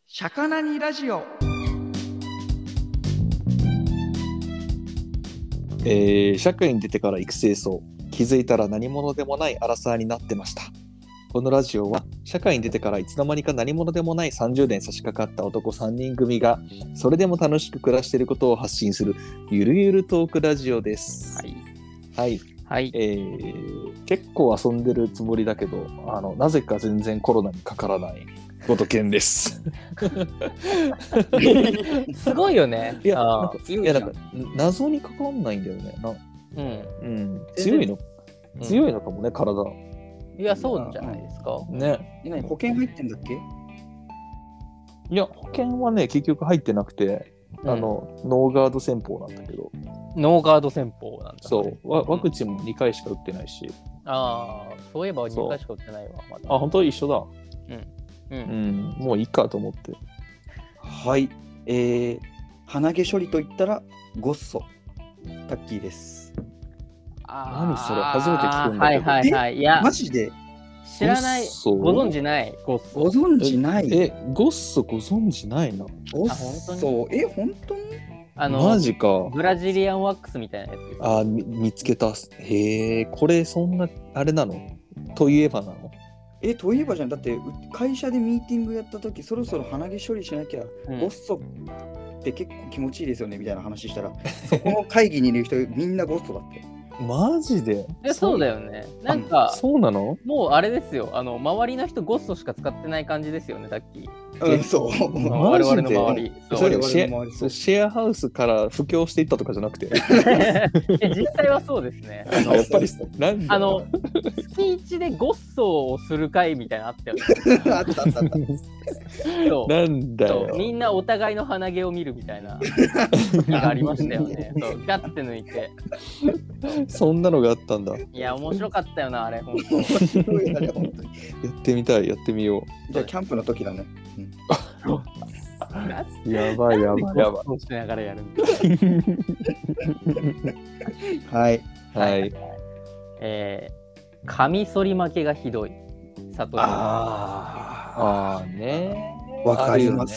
シャカナニラジオ。 社会に出てから育成層、気づいたら何者でもないアラサーになってました。このラジオは社会に出てからいつの間にか何者でもない30年差し掛かった男3人組がそれでも楽しく暮らしていることを発信するゆるゆるトークラジオです。はい、 はい。 結構遊んでるつもりだけどなぜか全然コロナにかからないごとけんです。 すごいよね。 いやあなんか謎にかかんないんだよね。強いのかもね、体。 いや、そうじゃないですか。 ね。 保険入ってんだっけ？ いや、保険はね、結局入ってなくて、ノーガード戦法なんだけど。 ノーガード戦法なんだ。 そう、ワクチンも2回しか打ってないし。 そういえば2回しか打ってないわ。まだ。 本当一緒だ。もういいかと思って。 はい。鼻毛処理といったらゴッソタッキーです。 何それ、初めて聞くんだけど。 はい。いや、 マジで知らない。ご存知ない。 ご存知ない。 ゴッソご存知ないな。 ゴッソ本当に？ マジか。 ブラジリアンワックスみたいなやつです。 見つけた。へえ、これそんなあれなの？といえばなの？ といえばじゃん。だって会社でミーティングやった時、そろそろ鼻毛処理しなきゃ、ゴッソって結構気持ちいいですよねみたいな話したら、そこの会議にいる人みんなゴッソだって。 マジで？ そうだよね。なんかそうなの？ もうあれですよ。周りの人ゴッソしか使ってない感じですよね、タッキー。 そう。 我々の周り。 シェアハウスから布教していったとかじゃなくて。 実際はそうですね。 やっぱり月 1でゴッソをする会みたいなのあったよね。 あった。 そうなんだよ。 みんなお互いの鼻毛を見るみたいな日がありましたよね。そうガッて抜いて。 そんなのがあったんだ。 いや、面白かったよな、あれ、本当。 面白いな、本当に。 やってみたい、やってみよう。じゃあ、キャンプの時だね。 やばい。 そうしながらやるんだ。 はい。 髪剃り負けがひどい。サトシ。 ね。 わかります。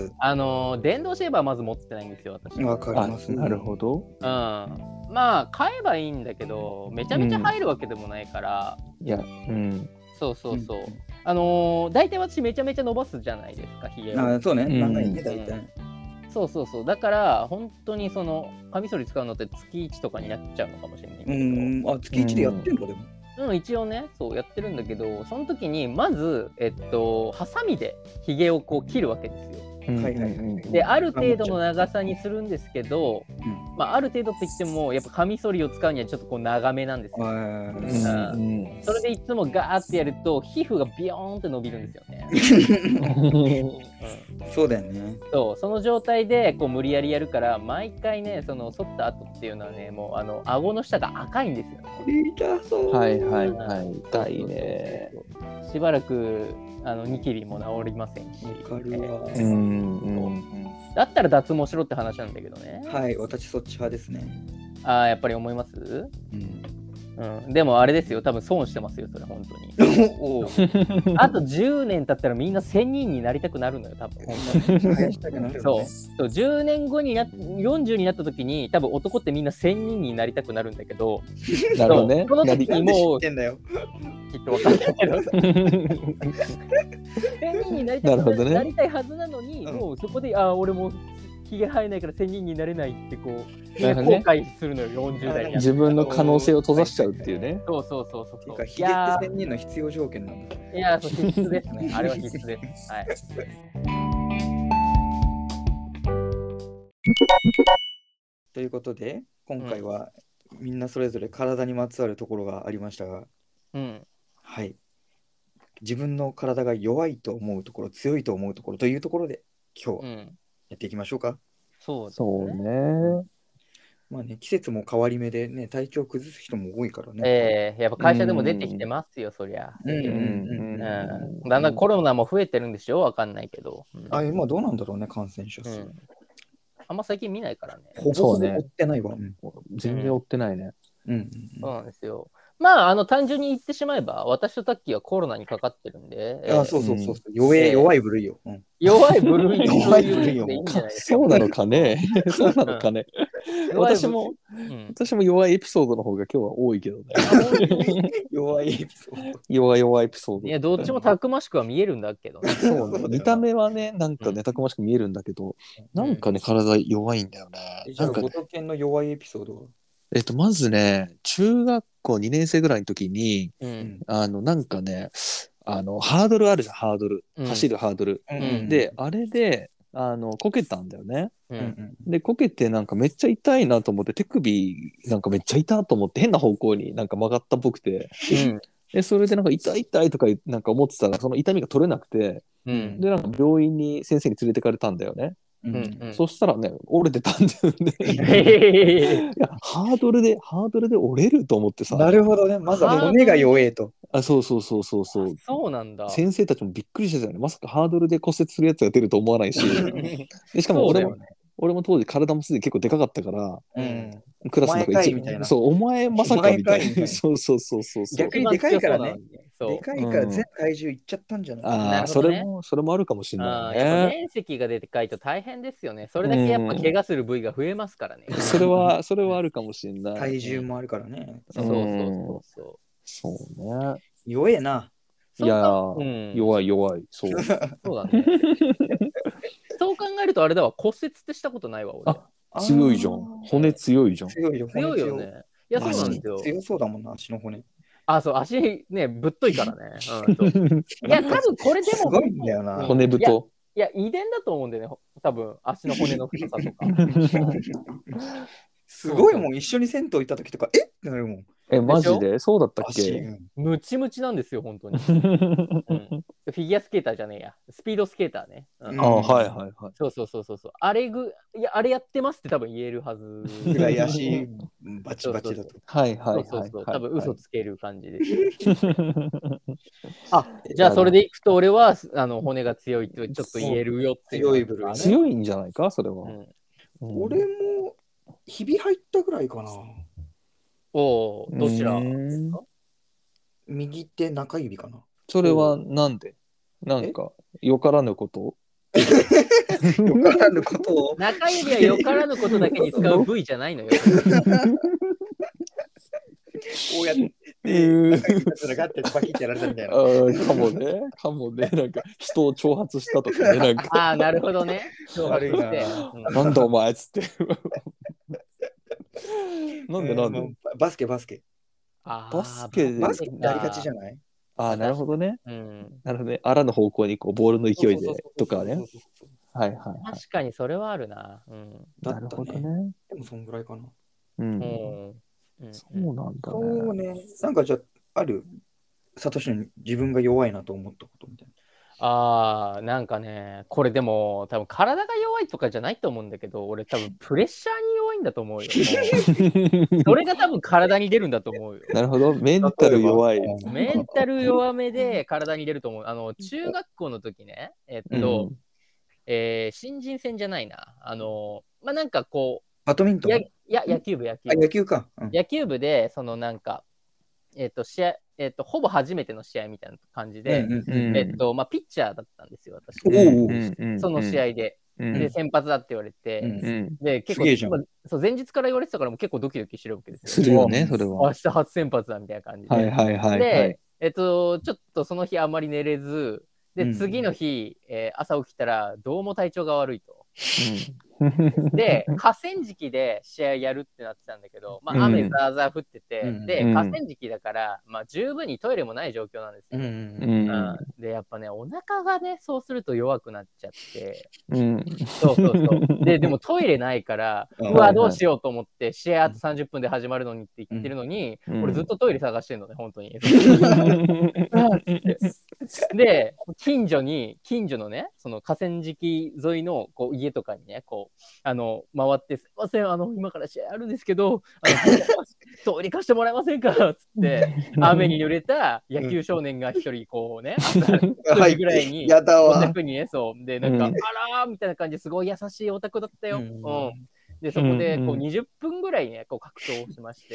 電動シェーバーまず持ってないんですよ、私。 わかります。 なるほど。 まあ買えばいいんだけど、めちゃめちゃ入るわけでもないから。そう。大体私めちゃめちゃ伸ばすじゃないですか、ひげを。 そうね。長いね、大体。 そう。だから本当にそのカミソリ使うのって月1とかになっちゃうのかもしれないけど。 月1でやってんのでも。 一応ね、そうやってるんだけど、その時にまずハサミでひげをこう切るわけですよ。である程度の長さにするんですけど、ある程度って言ってもやっぱカミソリを使うにはちょっとこう長めなんですよ。それでいつもガーってやると皮膚がビヨーンって伸びるんですよね。 そうだよね。 その状態でこう無理やりやるから毎回ね、その剃った後っていうのはね、もう顎の下が赤いんですよね。 痛そう。 はい痛いね。 しばらくニキビも治りませんし。 わかるわ。 だったら脱毛しろって話なんだけどね。 はい、私そっち派ですね。 やっぱり思います？でもあれですよ、多分損してますよ、それ本当に。あと10年経ったらみんな1000人になりたくなるのよ、多分。そう、10年後に40になった時に多分男ってみんな1000人になりたくなるんだけど、 なるほどね。 その時にもうきっと分かんないけど1000人になりたいはずなのに、もうそこで俺もひげ生えないから1000人になれないってこう後悔するのよ、40代に。 自分の可能性を閉ざしちゃうっていうね。 そう。 ひげって1000人の必要条件なんだ。 いや、必須ですね。あれは必須です。はい。 ということで、今回はみんなそれぞれ体にまつわるところがありましたが、はい。自分の体が弱いと思うところ、強いと思うところというところで、今日はやっていきましょうか。 そうね。 まあね、季節も変わり目でね、体調崩す人も多いからね。 やっぱ会社でも出てきてますよ、そりゃ。だんだんコロナも増えてるんでしょ、わかんないけど。 今どうなんだろうね、感染者数。 あんま最近見ないからね。 ほぼ追ってないわ。 全然追ってないね。 そうなんですよ。まあ、単純に言ってしまえば、私とタッキーはコロナにかかってるんで。 そう。弱い部類よ。 弱い部類に弱い部類よでいいんじゃないですか。 そうなのかね。そうなのかね。私も弱いエピソードの方が今日は多いけどね。 弱いエピソード。 弱いエピソード。 いや、どっちもたくましくは見えるんだけどね。 そうね。見た目はね、なんかね、たくましく見えるんだけど、なんかね、体弱いんだよね。 じゃあ、ごとけんの弱いエピソードはまずね、中学校2年生ぐらいの時に、なんかね、ハードルあるじゃん、ハードル。走るハードル。で、あれで、こけたんだよね。で、こけてなんかめっちゃ痛いなと思って、手首なんかめっちゃ痛と思って、変な方向になんか曲がったっぽくて。で、それでなんか痛いとかなんか思ってたら、その痛みが取れなくて、で、なんか病院に先生に連れてかれたんだよね。そしたらね、折れてたんだよね。いや、ハードルで折れると思ってさ。 なるほどね。まずは骨が弱えと。 そう。 そうなんだ。 先生たちもびっくりしてたよね。まさかハードルで骨折するやつが出ると思わないし。でしかも俺も当時体もすでに結構でかかったから、クラスの中でそう、お前まさかみたいな。そう。 逆にでかいからね。でかいから全体重いっちゃったんじゃない？ それもあるかもしれないね。 面積がでかいと大変ですよね。それだけやっぱ怪我する部位が増えますからね。 それはあるかもしれない。 体重もあるからね。 そう。 そうね。 弱えな。 いや、弱い。そうだね。そう考えるとあれだわ、骨折ってしたことないわ、俺。 強いじゃん。骨強いじゃん。 強いよね。いや、そうなんですよ。 強そうだもんな、足の骨。 そう、足ね、ぶっといからね。いや、多分これでも。 すごいんだよな。 骨太。 いや、遺伝だと思うんだよね、多分足の骨の太さとか。 すごいもん、一緒に銭湯行った時とか、ってなるもん。 マジでそうだったっけ？ ムチムチなんですよ、本当に。フィギュアスケーターじゃねえや。スピードスケーターね。 はい。 そう。あれやってますって多分言えるはず。 ぐらい足バチバチだと。 はい。 多分嘘つける感じです。じゃあそれでいくと俺は骨が強いってちょっと言えるよっていう。 強い部類。 強いんじゃないか、それは。 俺もひび入ったぐらいかな。 どちら？ 右手中指かな。 それはなんで？なんかよからぬこと？ よからぬことを。 中指はよからぬことだけに使う部位じゃないのよ。こうやってガッてバキってやられたみたいな。 かもね。なんか人を挑発したとかね。なんかなるほどね。 悪いな。 なんだお前っつって。なんでバスケ。 バスケってありがちじゃない？ なるほどね。あらぬ方向にこうボールの勢いでとかね。はい。 確かにそれはあるな。 なるほどね。 でもそんぐらいかな。 そうなんだね。 そうね。なんかじゃああるサトシに自分が弱いなと思ったことみたいな。 なんかね、これでも多分体が弱いとかじゃないと思うんだけど、俺多分プレッシャーに弱いんだと思うよ。それが多分体に出るんだと思うよ。 なるほど、メンタル弱い。 メンタル弱めで体に出ると思う。中学校の時ね、新人戦じゃないな。なんかこう、 バドミントン？ 野球部。 野球か。 野球部で、なんか、試合、ほぼ初めての試合みたいな感じで、ピッチャーだったんですよ、私。その試合で。で、先発だって言われて、で、結構、前日から言われてたから、もう結構ドキドキしてるわけですよ。 するよね、それは。 明日初先発だみたいな感じで。で、ちょっとその日あんまり寝れず、で、次の日、朝起きたら、どうも体調が悪いと。で、河川敷で試合やるってなってたんだけど、雨ザーザー降ってて、で、河川敷だから、十分にトイレもない状況なんですよ。で、やっぱね、お腹がね、そうすると弱くなっちゃって、そう。でもトイレないから、うわ、どうしようと思って、試合あと30分で始まるのにって言ってるのに、俺ずっとトイレ探してんのね、本当に。で、近所のね、その河川敷沿いのこう家とかにね、こう、回って、すいません、今から試合あるんですけど、トイレ貸してもらえませんかつって、雨に濡れた野球少年が一人、こうね、朝9時ぐらいに、 やだわ。 お宅にね、そう、で、なんか、あらーみたいな感じですごい優しいお宅だったよ。で、そこでこう20分ぐらいね、こう格闘をしまして。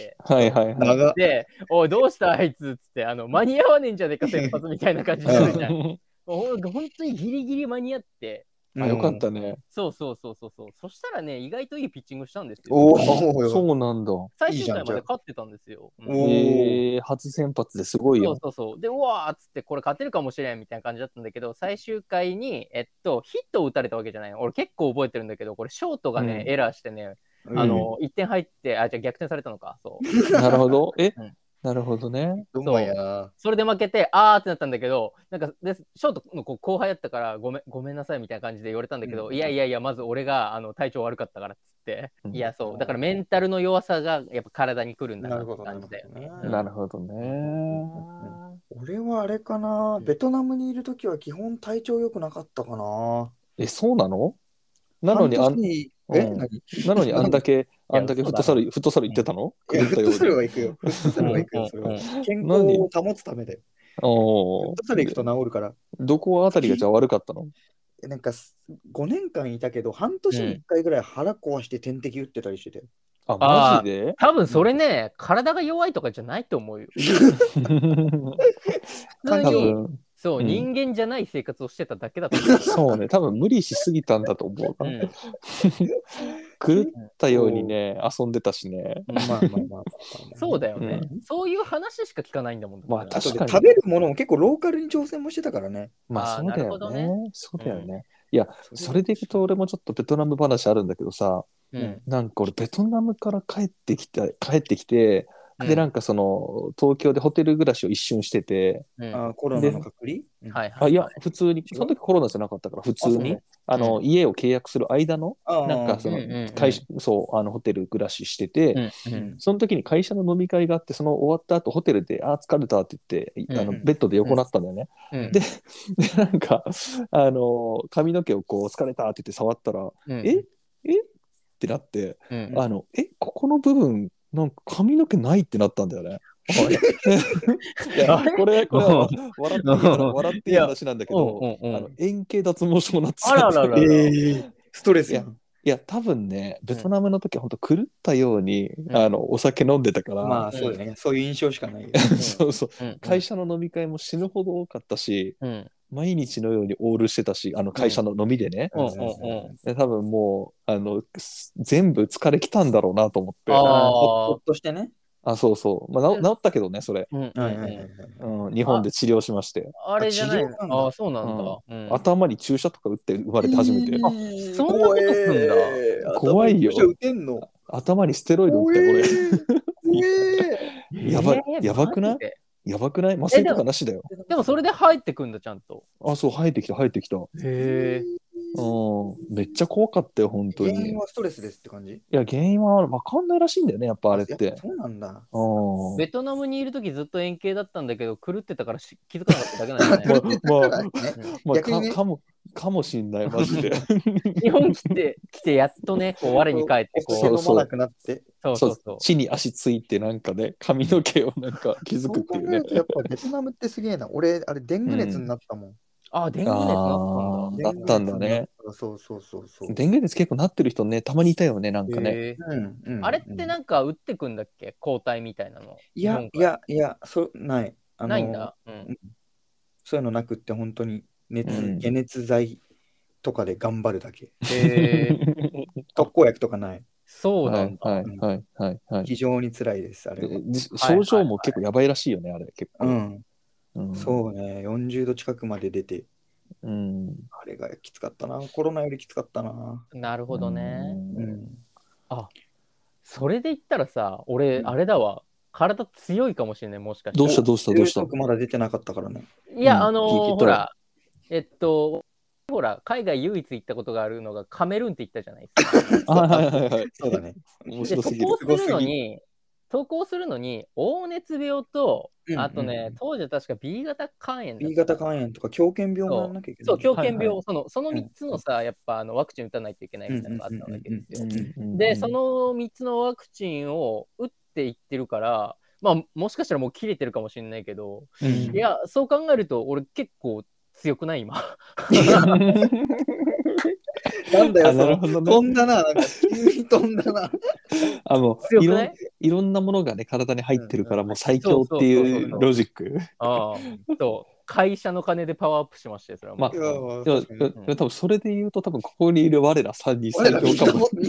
で、おい、どうしたあいつつって、間に合わねえんじゃねえか、先発みたいな感じになるじゃん。 本当にギリギリ間に合って、 よかったね。 そう。そしたらね、意外といいピッチングしたんですよ。 そうなんだ。 最終回まで勝ってたんですよ。 初先発ですごいよ。 そう。で、うわーっつって、これ勝てるかもしれんみたいな感じだったんだけど、最終回に、ヒットを打たれたわけじゃないの。俺結構覚えてるんだけど、これショートがね、エラーしてね、1点入って、じゃあ逆転されたのか。そう。 なるほど。なるほどね。 それで負けて、あーってなったんだけど、なんかでショートの後輩やったからごめんなさいみたいな感じで言われたんだけど、いや、まず俺が体調悪かったからっつって、いや、そう、だからメンタルの弱さがやっぱ体に来るんだなって感じだよね。 なるほどね。 俺はあれかな、ベトナムにいるときは基本体調良くなかったかな。 そうなの？なのになのにあんだけフットサル行ってたの？ フットサルは行くよ。健康を保つためで。フットサル行くと治るから。 どこあたりがじゃあ悪かったの？ なんか5年間いたけど、半年に1回ぐらい腹壊して点滴打ってたりしてて。 マジで？ 多分それね、体が弱いとかじゃないと思うよ。普通にそう、人間じゃない生活をしてただけだと思う。 そうね、多分無理しすぎたんだと思う。狂ったようにね、遊んでたしね。 そうだよね。そういう話しか聞かないんだもん。 確かに食べるものも結構ローカルに挑戦もしてたからね。 そうだよね。そうだよね。いや、それでいくと俺もちょっとベトナム話あるんだけどさ、なんか俺ベトナムから帰ってきて、でなんかその東京でホテル暮らしを一瞬してて、 コロナの隔離？ いや普通にその時コロナじゃなかったから普通に家を契約する間のなんかその会社ホテル暮らししてて、その時に会社の飲み会があって、その終わった後ホテルで疲れたって言ってベッドで横なったんだよね。でなんか髪の毛をこう疲れたって言って触ったらえってなって、ここの部分なんか髪の毛ないってなったんだよね。これは笑っていい話なんだけど、円形脱毛症になってた。 ストレスやん。 いや多分ね、ベトナムの時は本当狂ったようにお酒飲んでたから、 そうだね、そういう印象しかない。 会社の飲み会も死ぬほど多かったし、毎日のようにオールしてたし、会社の飲みでね。多分もう全部疲れきたんだろうなと思って。 ほっとしてね。 そう。治ったけどね、それ。日本で治療しまして。 あれじゃないの？そうなんだ。 頭に注射とか打って生まれて初めて。 そんなことするんだ。 怖いよ。頭にステロイド打って、俺。やばくない？やばくない？麻酔とかなしだよ。 でもそれで入ってくんだ、ちゃんと。 そう、生えてきた。へえ。めっちゃ怖かったよ、本当に。 原因はストレスですって感じ？ いや、原因は分かんないらしいんだよね、やっぱあれって。 そうなんだ。 ベトナムにいるときずっと円形だったんだけど、狂ってたから気づかなかっただけなんだね。 かもしんない、マジで。 日本来てやっとね、我に返って、 地に足ついて、なんかね、髪の毛をなんか気づくっていうね。 やっぱベトナムってすげえな。俺、あれ、デング熱になったもん。 デング熱なったんだね。 そう。 デング熱結構なってる人ね、たまにいたよね、なんかね。 あれってなんか打ってくんだっけ？抗体みたいなの。 いや、ない。 ないんだ。 そういうのなくって、本当に解熱剤とかで頑張るだけ。特効薬とかない。 そうなんだ。 非常に辛いです、あれ。 症状も結構やばいらしいよね、あれ、結構。 そうね、40度近くまで出て、あれがきつかったな。コロナよりきつかったな。 なるほどね。それで言ったらさ、俺、あれだわ。体強いかもしれない、もしかして。 どうしたまだ出てなかったからね。 いや、ほら、ほら、海外唯一行ったことがあるのがカメルーンって言ったじゃないですか。 そうだね。 渡航するのに、黄熱病と、あとね、当時は確か B 型肝炎。 B 型肝炎とか狂犬病もやらなきゃいけない。 そう、狂犬病。その3つのさ、やっぱワクチン打たないといけないみたいなのがあったわけですよ。で、その3つのワクチンを打っていってるから、もしかしたらもう切れてるかもしれないけど、いや、そう考えると、俺結構強くない？今。 なんだよ、飛んだな、なんか急に飛んだな。 いろんなものがね、体に入ってるから、もう最強っていうロジック。 会社の金でパワーアップしましたよ、それは。 まあ、多分それで言うと、多分ここにいる我ら3人最強かも。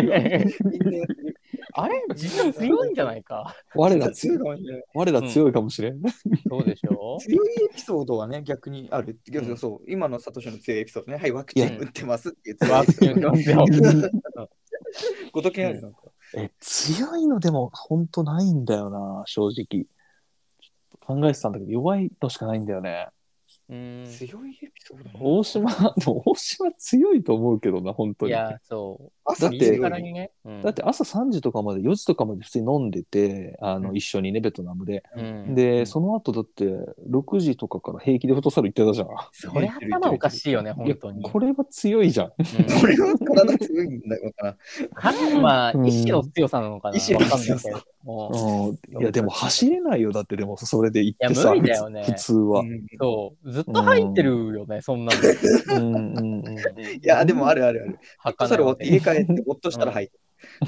あれ実は強いんじゃないか。 我ら強いかもしれない。我ら強いかもしれん。 そうでしょ。 強いエピソードはね、逆にある。そう、今のサトシの強いエピソードね。はい、ワクチン打ってますっていうワクチン打ってますよ。 ごときあるのか。 強いのでも本当ないんだよな、正直。考えてたんだけど、弱いのしかないんだよね。 強いエピソード、 大島強いと思うけどな、本当に。 いや、そう。 だって、 だって朝3時とかまで、4時とかまで普通に飲んでて、一緒にね、ベトナムで。で、その後だって、6時とかから平気でフットサル行ってたじゃん。 それ頭おかしいよね、本当に。 これは強いじゃん。 これは体強いんだよな。 まあ、意志の強さなのかな。 意志の強さ。 いや、でも走れないよ。だって、でもそれで行ってさ、普通は。 そう。ずっと入ってるよね、そんなの。 いや、でもある。フットサルを家帰ってほっとしたら入って。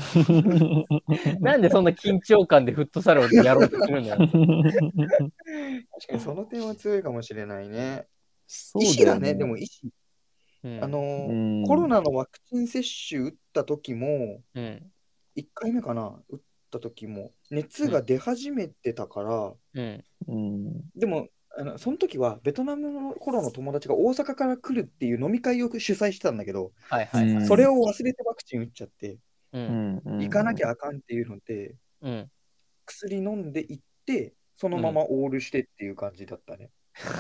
なんでそんな緊張感でフットサルをやろうとするんだよ。確かにその点は強いかもしれないね。 意志だね、でも意志。コロナのワクチン接種打った時も、1回目かな、打った時も熱が出始めてたから、でもその時はベトナムの頃の友達が大阪から来るっていう飲み会を主催してたんだけど、それを忘れてワクチン打っちゃって、行かなきゃあかんっていうので、薬飲んで行ってそのままオールしてっていう感じだったね。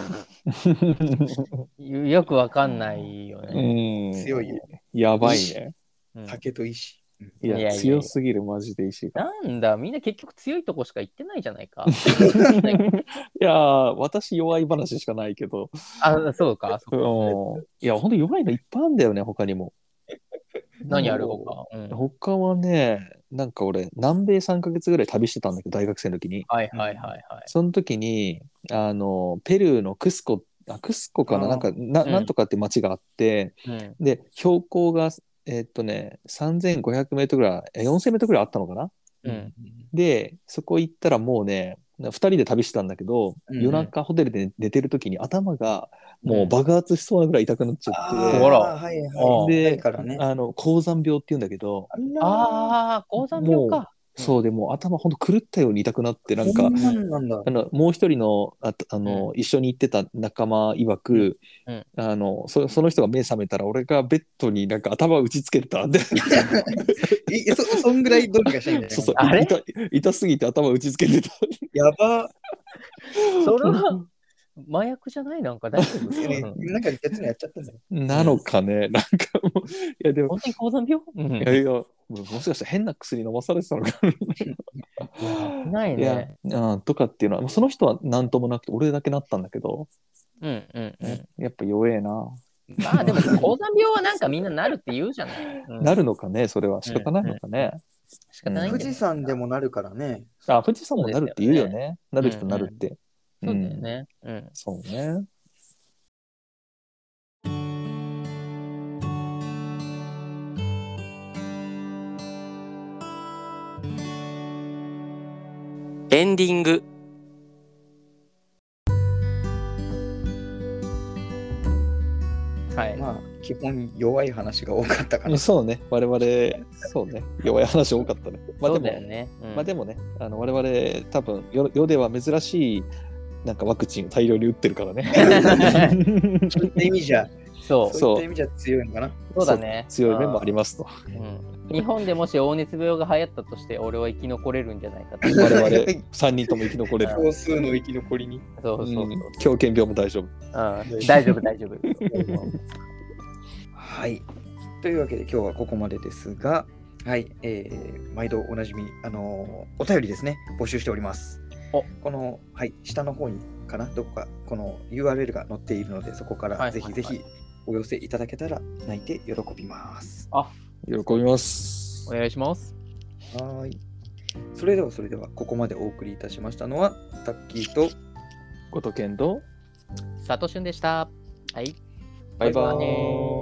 よくわかんないよね。 強いよ。 やばいね。 酒と意志。 いや、強すぎる、マジで意志が。 なんだ、みんな結局強いとこしか行ってないじゃないか。 いや私弱い話しかないけど。 そうか。 いや、ほんと弱いのいっぱいあるんだよね、他にも。 何あるのか。 他はね、なんか俺、南米3ヶ月ぐらい旅してたんだけど、大学生の時に。その時に、ペルーのクスコかな、なんとかって町があって、で、標高が、3500メートルぐらい、4000メートルぐらいあったのかな、で、そこ行ったらもうね、2人で旅してたんだけど、夜中ホテルで寝てる時に頭がもう爆発しそうなぐらい痛くなっちゃって、で、高山病っていうんだけど、 高山病か。 そうでもう頭ほんと狂ったように痛くなって、なんかもう一人の一緒に行ってた仲間曰く、その人が目覚めたら俺がベッドになんか頭打ちつけてたんでそんぐらいどうにかしたいんだよ。 そう痛すぎて頭打ちつけてた。 やば。 それは麻薬じゃない？なんか大丈夫？ なんか別のやっちゃったんだよ。 なのかね、なんかもう、いやでも本当に高山病？ いやもしかしたら変な薬飲まされてたのかないね。 とかっていうのは、その人は何ともなくて俺だけなったんだけど、やっぱ弱えな。 まあでも高山病はなんかみんななるって言うじゃない。 なるのかね、それは仕方ないのかね。 仕方ない。 富士山でもなるからね。 富士山もなるって言うよね。なる人なるって。 そうだよね。 そうね。 エンディング。 まあ基本弱い話が多かったから。 そうね、我々そうね、弱い話多かったね。 そうだよね。 まあでもね、我々多分世では珍しいなんかワクチンを大量に打ってるからね。 そういった意味じゃ、 そういった意味じゃ強いのかな。 そうだね。 強い面もありますと。 日本でもし黄熱病が流行ったとして俺は生き残れるんじゃないかと。 我々3人とも生き残れる。 少数の生き残りに。 狂犬病も大丈夫。 大丈夫大丈夫。 はい。というわけで今日はここまでですが、はい、毎度おなじみお便りですね、募集しております。この、はい、下の方にかな、どこかこの URL が載っているので、そこからぜひぜひお寄せいただけたら泣いて喜びます。 喜びます。 お願いします。 はい。それではここまでお送りいたしましたのはタッキーとゴトケンとサトシュンでした。はい。 バイバーイ。